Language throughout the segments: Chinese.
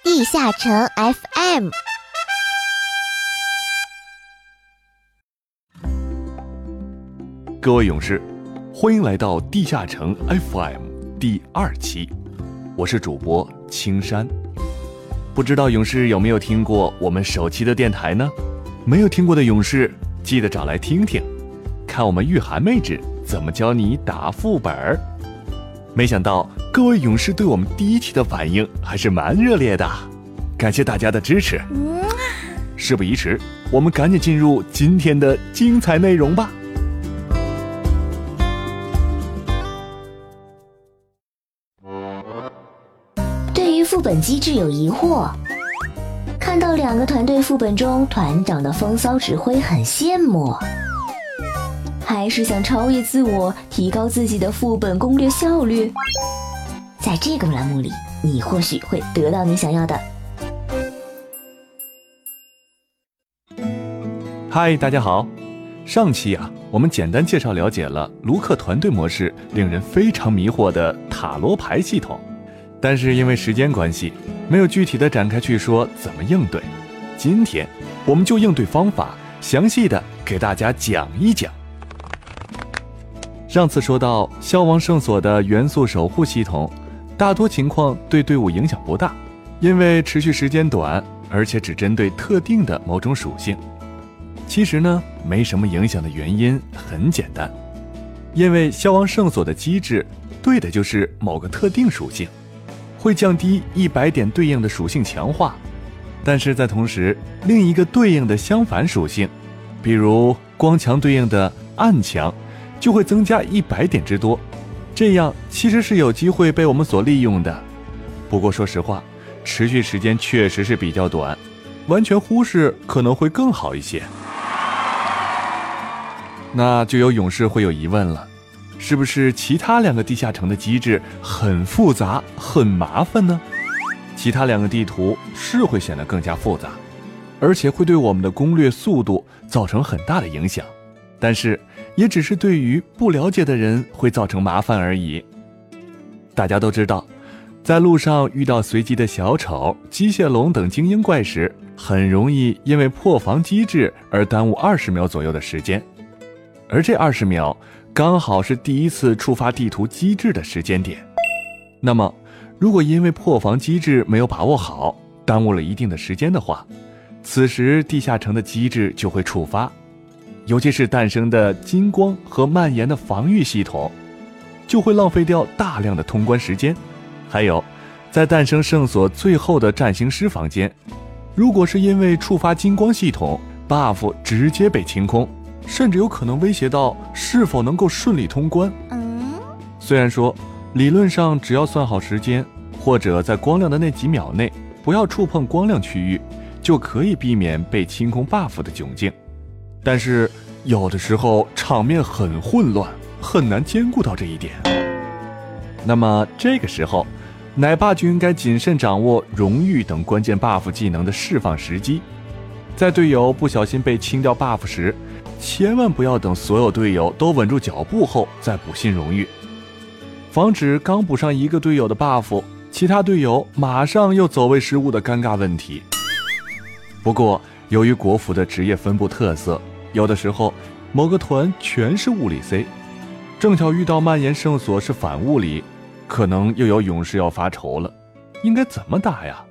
地下城 FM。 各位勇士，欢迎来到地下城 FM 第2期，我是主播青山。不知道勇士有没有听过我们首期的电台呢？没有听过的勇士记得找来听听，看我们御寒妹纸怎么教你打副本。没想到各位勇士对我们第1期的反应还是蛮热烈的，感谢大家的支持。事不宜迟，我们赶紧进入今天的精彩内容吧。 对于副本机制有疑惑，看到2个团队副本中团长的风骚指挥很羡慕，还是想超越自我，提高自己的副本攻略效率？在这个栏目里，你或许会得到你想要的。 嗨，大家好。上期我们简单介绍了解了卢克团队模式令人非常迷惑的塔罗牌系统，但是因为时间关系，没有具体的展开去说怎么应对。今天我们就应对方法详细的给大家讲一讲。上次说到消亡圣所的元素守护系统，大多情况对队伍影响不大，因为持续时间短，而且只针对特定的某种属性。其实呢，没什么影响的原因很简单，因为消亡圣所的机制对的就是某个特定属性，会降低100点对应的属性强化，但是在同时另一个对应的相反属性，比如光强对应的暗强，就会增加100点之多，这样其实是有机会被我们所利用的。不过说实话，持续时间确实是比较短，完全忽视可能会更好一些。那就有勇士会有疑问了，是不是其他2个地下城的机制很复杂很麻烦呢？其他2个地图是会显得更加复杂，而且会对我们的攻略速度造成很大的影响，但是也只是对于不了解的人会造成麻烦而已。大家都知道，在路上遇到随机的小丑、机械龙等精英怪时，很容易因为破防机制而耽误20秒左右的时间，而这20秒刚好是第1次触发地图机制的时间点。那么如果因为破防机制没有把握好，耽误了一定的时间的话，此时地下城的机制就会触发，尤其是诞生的金光和蔓延的防御系统，就会浪费掉大量的通关时间。还有在诞生圣所最后的战行师房间，如果是因为触发金光系统 buff 直接被清空，甚至有可能威胁到是否能够顺利通关。虽然说理论上只要算好时间，或者在光亮的那几秒内不要触碰光亮区域，就可以避免被清空 buff 的窘境，但是有的时候场面很混乱，很难兼顾到这一点。那么这个时候奶爸就应该谨慎掌握荣誉等关键 buff 技能的释放时机，在队友不小心被清掉 buff 时，千万不要等所有队友都稳住脚步后再补新荣誉，防止刚补上一个队友的 buff， 其他队友马上又走位失误的尴尬问题。不过由于国服的职业分布特色，有的时候某个团全是物理 C， 正巧遇到蔓延圣所是反物理，可能又有勇士要发愁了，应该怎么打呀？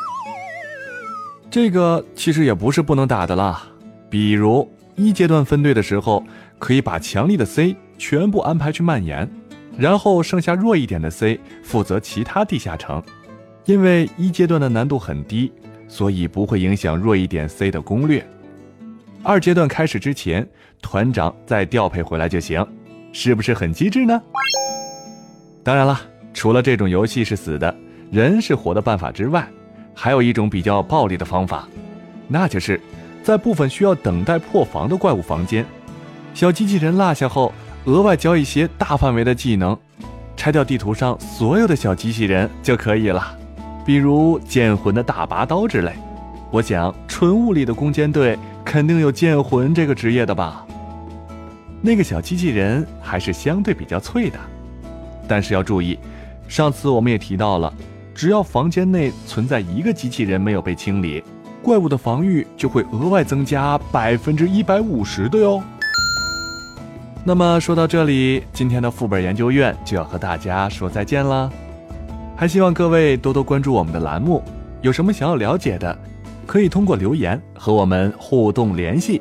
这个其实也不是不能打的啦，比如1阶段分队的时候，可以把强力的 C 全部安排去蔓延，然后剩下弱一点的 C 负责其他地下城。因为1阶段的难度很低，所以不会影响弱一点 C 的攻略。2阶段开始之前，团长再调配回来就行，是不是很机智呢？当然了，除了这种游戏是死的，人是活的办法之外，还有一种比较暴力的方法，那就是在部分需要等待破防的怪物房间，小机器人落下后，额外教一些大范围的技能，拆掉地图上所有的小机器人就可以了，比如剑魂的大拔刀之类。我想纯物理的攻坚队肯定有剑魂这个职业的吧。那个小机器人还是相对比较脆的，但是要注意，上次我们也提到了， 只要房间内存在一个机器人没有被清理，怪物的防御就会额外增加150%的哟。那么说到这里，今天的副本研究院就要和大家说再见了。还希望各位多多关注我们的栏目，有什么想要了解的，可以通过留言和我们互动联系。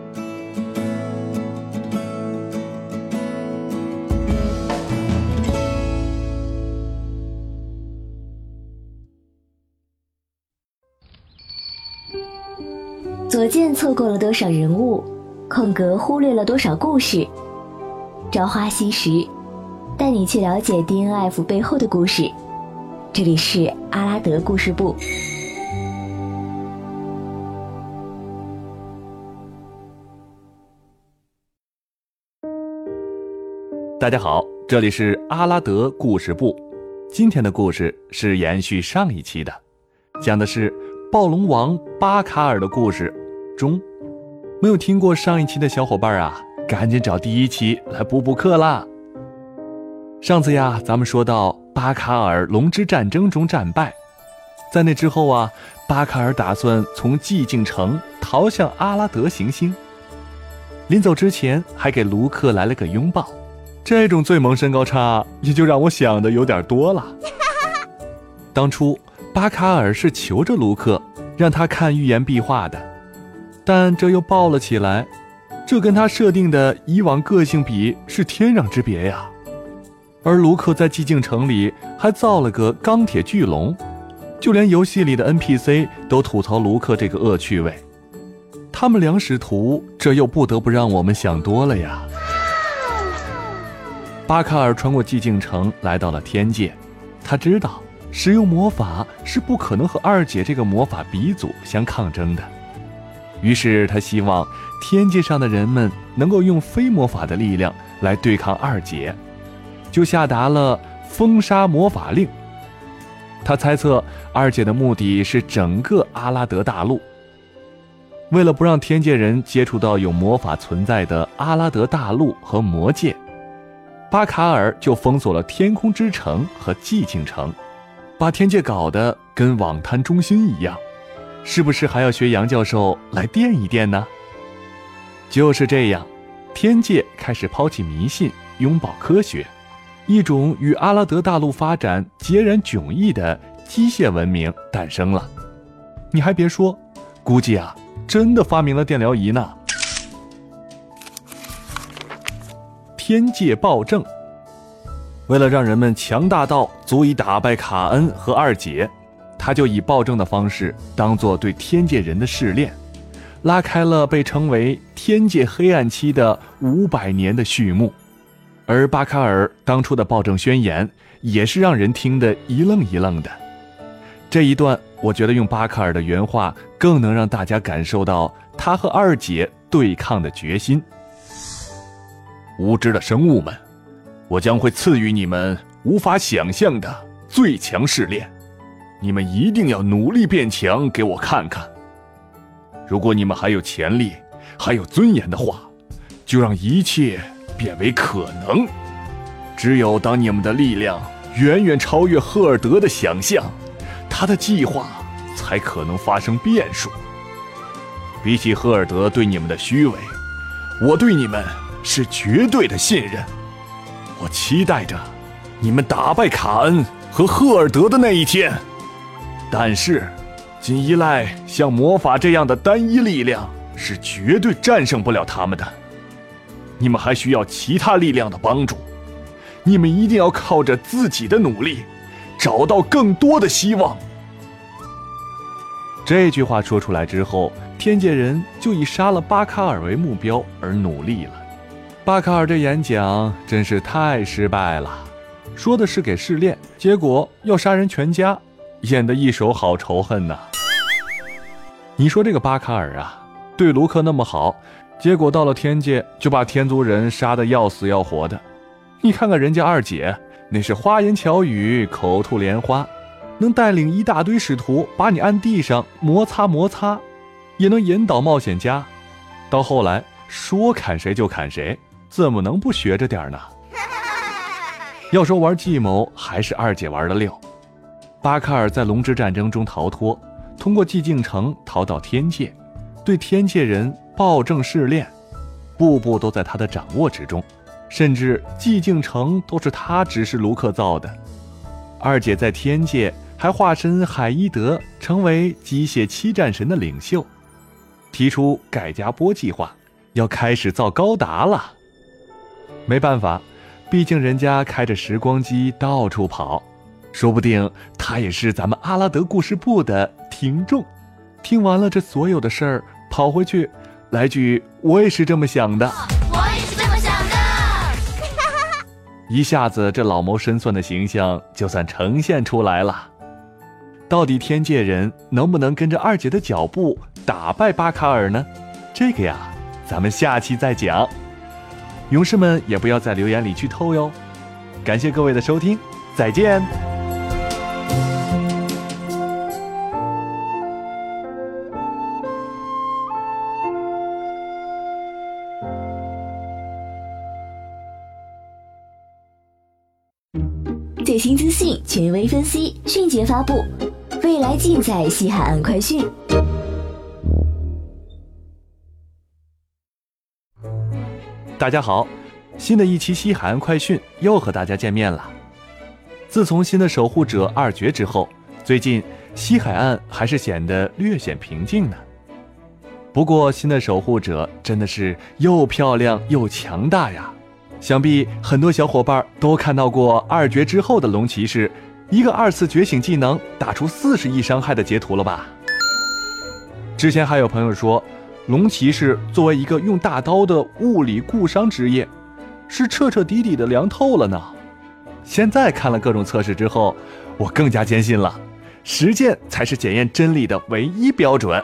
左键错过了多少人物，空格忽略了多少故事。朝花夕拾，带你去了解 DNF 背后的故事。这里是阿拉德故事部。 大家好，这里是阿拉德故事部。今天的故事是延续上一期的，讲的是暴龙王巴卡尔的故事中。没有听过上一期的小伙伴啊，赶紧找第一期来补课啦。上次呀，咱们说到巴卡尔龙之战争中战败，在那之后啊，巴卡尔打算从寂静城逃向阿拉德行星。临走之前还给卢克来了个拥抱，这种最萌身高差也就让我想的有点多了。当初巴卡尔是求着卢克让他看预言壁画的，但这又抱了起来，这跟他设定的以往个性比是天壤之别呀。而卢克在寂静城里还造了个钢铁巨龙，就连游戏里的 NPC 都吐槽卢克这个恶趣味。他们两使徒，这又不得不让我们想多了呀。巴卡尔穿过寂静城来到了天界，他知道使用魔法是不可能和二姐这个魔法鼻祖相抗争的，于是他希望天界上的人们能够用非魔法的力量来对抗二姐，就下达了封杀魔法令。他猜测二姐的目的是整个阿拉德大陆，为了不让天界人接触到有魔法存在的阿拉德大陆和魔界，巴卡尔就封锁了天空之城和寂静城，把天界搞得跟网坛中心一样。是不是还要学杨教授来垫一垫呢？就是这样，天界开始抛弃迷信，拥抱科学，一种与阿拉德大陆发展截然迥异的机械文明诞生了。你还别说，估计啊，真的发明了电疗仪呢。天界暴政，为了让人们强大到足以打败卡恩和二姐，他就以暴政的方式当作对天界人的试炼，拉开了被称为天界黑暗期的500年的序幕。而巴卡尔当初的暴政宣言也是让人听得一愣一愣的。这一段我觉得用巴卡尔的原话更能让大家感受到他和二姐对抗的决心。无知的生物们，我将会赐予你们无法想象的最强试炼，你们一定要努力变强给我看看。如果你们还有潜力，还有尊严的话，就让一切变为可能。只有当你们的力量远远超越赫尔德的想象，他的计划才可能发生变数。比起赫尔德对你们的虚伪，我对你们是绝对的信任。我期待着你们打败卡恩和赫尔德的那一天，但是仅依赖像魔法这样的单一力量是绝对战胜不了他们的。你们还需要其他力量的帮助，你们一定要靠着自己的努力找到更多的希望。这句话说出来之后，天界人就以杀了巴卡尔为目标而努力了。巴卡尔这演讲真是太失败了，说的是给试炼，结果要杀人全家，演得一手好仇恨呐。你说这个巴卡尔啊，对卢克那么好，结果到了天界就把天族人杀得要死要活的。你看看人家二姐，那是花言巧语，口吐莲花，能带领一大堆使徒把你按地上摩擦摩擦，也能引导冒险家。到后来说砍谁就砍谁，怎么能不学着点呢？要说玩计谋，还是二姐玩的溜。 巴卡尔在龙之战争中逃脱，通过寂静城逃到天界，对天界人暴政试炼，步步都在他的掌握之中，甚至寂静城都是他指示卢克造的。二姐在天界还化身海伊德，成为机械七战神的领袖，提出盖加波计划，要开始造高达了。没办法，毕竟人家开着时光机到处跑，说不定他也是咱们阿拉德故事部的听众。听完了这所有的事儿，跑回去来句我也是这么想的， 我也是这么想的。 一下子这老谋深算的形象就算呈现出来了。到底天界人能不能跟着二姐的脚步打败巴卡尔呢？这个呀，咱们下期再讲。勇士们也不要在留言里剧透哟。感谢各位的收听，再见。 最新资讯，权威分析，迅捷发布，未来尽在西海岸快讯。 大家好，新的一期西海岸快讯又和大家见面了。自从新的守护者二绝之后，最近西海岸还是显得略显平静呢。不过新的守护者真的是又漂亮又强大呀，想必很多小伙伴都看到过二绝之后的龙骑士一个2次觉醒技能打出40亿伤害的截图了吧。之前还有朋友说，龙骑士作为一个用大刀的物理固伤职业，是彻彻底底的凉透了呢。现在看了各种测试之后，我更加坚信了，实践才是检验真理的唯一标准。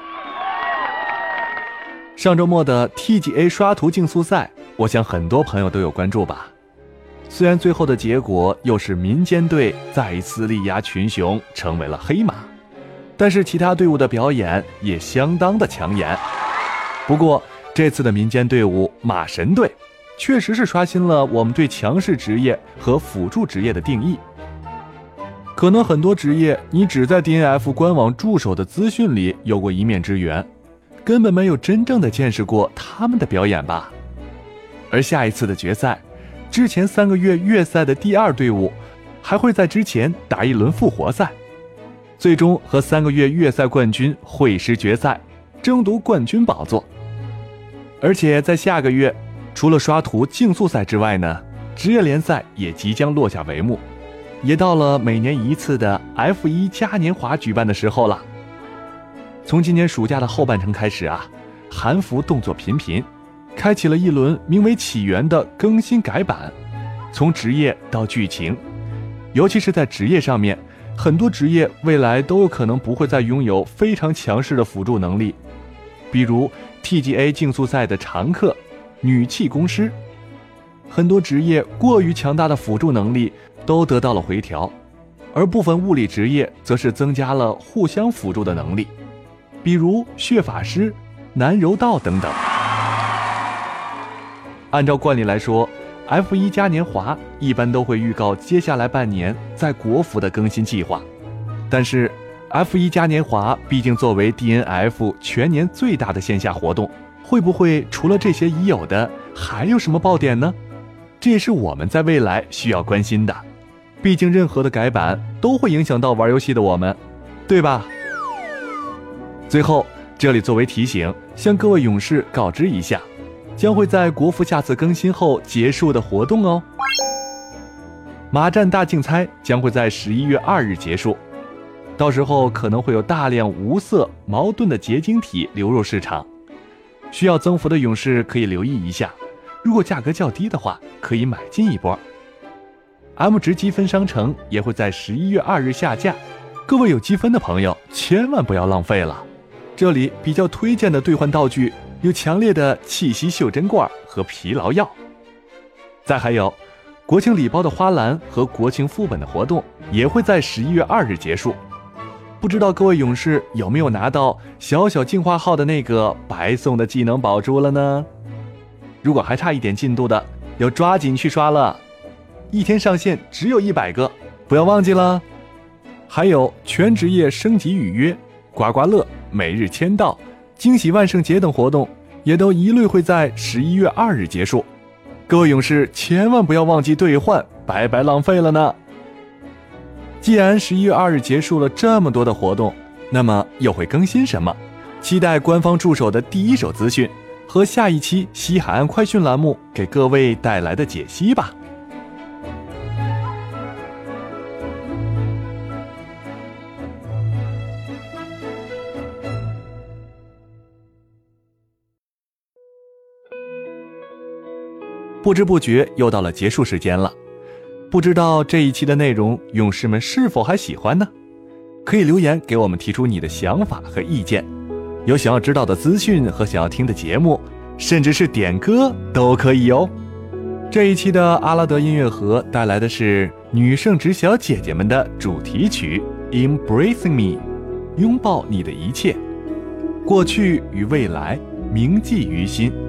上周末的 TGA 刷图竞速赛，我想很多朋友都有关注吧。虽然最后的结果又是民间队再一次力压群雄，成为了黑马，但是其他队伍的表演也相当的抢眼。不过这次的民间队伍马神队确实是刷新了我们对强势职业和辅助职业的定义。可能很多职业你只在 DNF 官网助手的资讯里有过一面之缘，根本没有真正的见识过他们的表演吧。而下一次的决赛，之前3个月月赛的第2队伍还会在之前打一轮复活赛，最终和3个月月赛冠军会师决赛，争夺冠军宝座。而且在下个月，除了刷图竞速赛之外呢，职业联赛也即将落下帷幕，也到了每年一次的 F1 嘉年华举办的时候了。从今年暑假的后半程开始啊，韩服动作频频，开启了一轮名为起源的更新改版，从职业到剧情，尤其是在职业上面，很多职业未来都有可能不会再拥有非常强势的辅助能力，比如 TGA 竞速赛的常客女气功师。很多职业过于强大的辅助能力都得到了回调，而部分物理职业则是增加了互相辅助的能力，比如血法师、男柔道等等。按照惯例来说， F1 嘉年华一般都会预告接下来半年在国服的更新计划，但是 F1 嘉年华毕竟作为 DNF 全年最大的线下活动，会不会除了这些已有的还有什么爆点呢？这也是我们在未来需要关心的，毕竟任何的改版都会影响到玩游戏的我们，对吧？最后这里作为提醒，向各位勇士告知一下将会在国服下次更新后结束的活动哦。马战大竞猜将会在11月2日结束，到时候可能会有大量无色矛盾的结晶体流入市场，需要增幅的勇士可以留意一下，如果价格较低的话可以买进一波。 M 值积分商城也会在11月2日下架，各位有积分的朋友千万不要浪费了。这里比较推荐的兑换道具有强烈的气息袖珍罐和疲劳药，再还有国庆礼包的花篮和国庆副本的活动也会在11月2日结束。不知道各位勇士有没有拿到小小进化号的那个白送的技能宝珠了呢？如果还差一点进度的，要抓紧去刷了，一天上线只有100个，不要忘记了。 还有全职业升级预约、刮刮乐、每日签到、惊喜万圣节等活动，也都一律会在11月2日结束。各位勇士千万不要忘记兑换，白白浪费了呢。既然11月2日结束了这么多的活动，那么又会更新什么？期待官方助手的第一手资讯和下一期西海岸快讯栏目给各位带来的解析吧。不知不觉又到了结束时间了，不知道这一期的内容勇士们是否还喜欢呢？可以留言给我们提出你的想法和意见，有想要知道的资讯和想要听的节目，甚至是点歌都可以哦。这一期的阿拉德音乐盒带来的是女圣职小姐姐们的主题曲 Embracing Me， 拥抱你的一切，过去与未来铭记于心。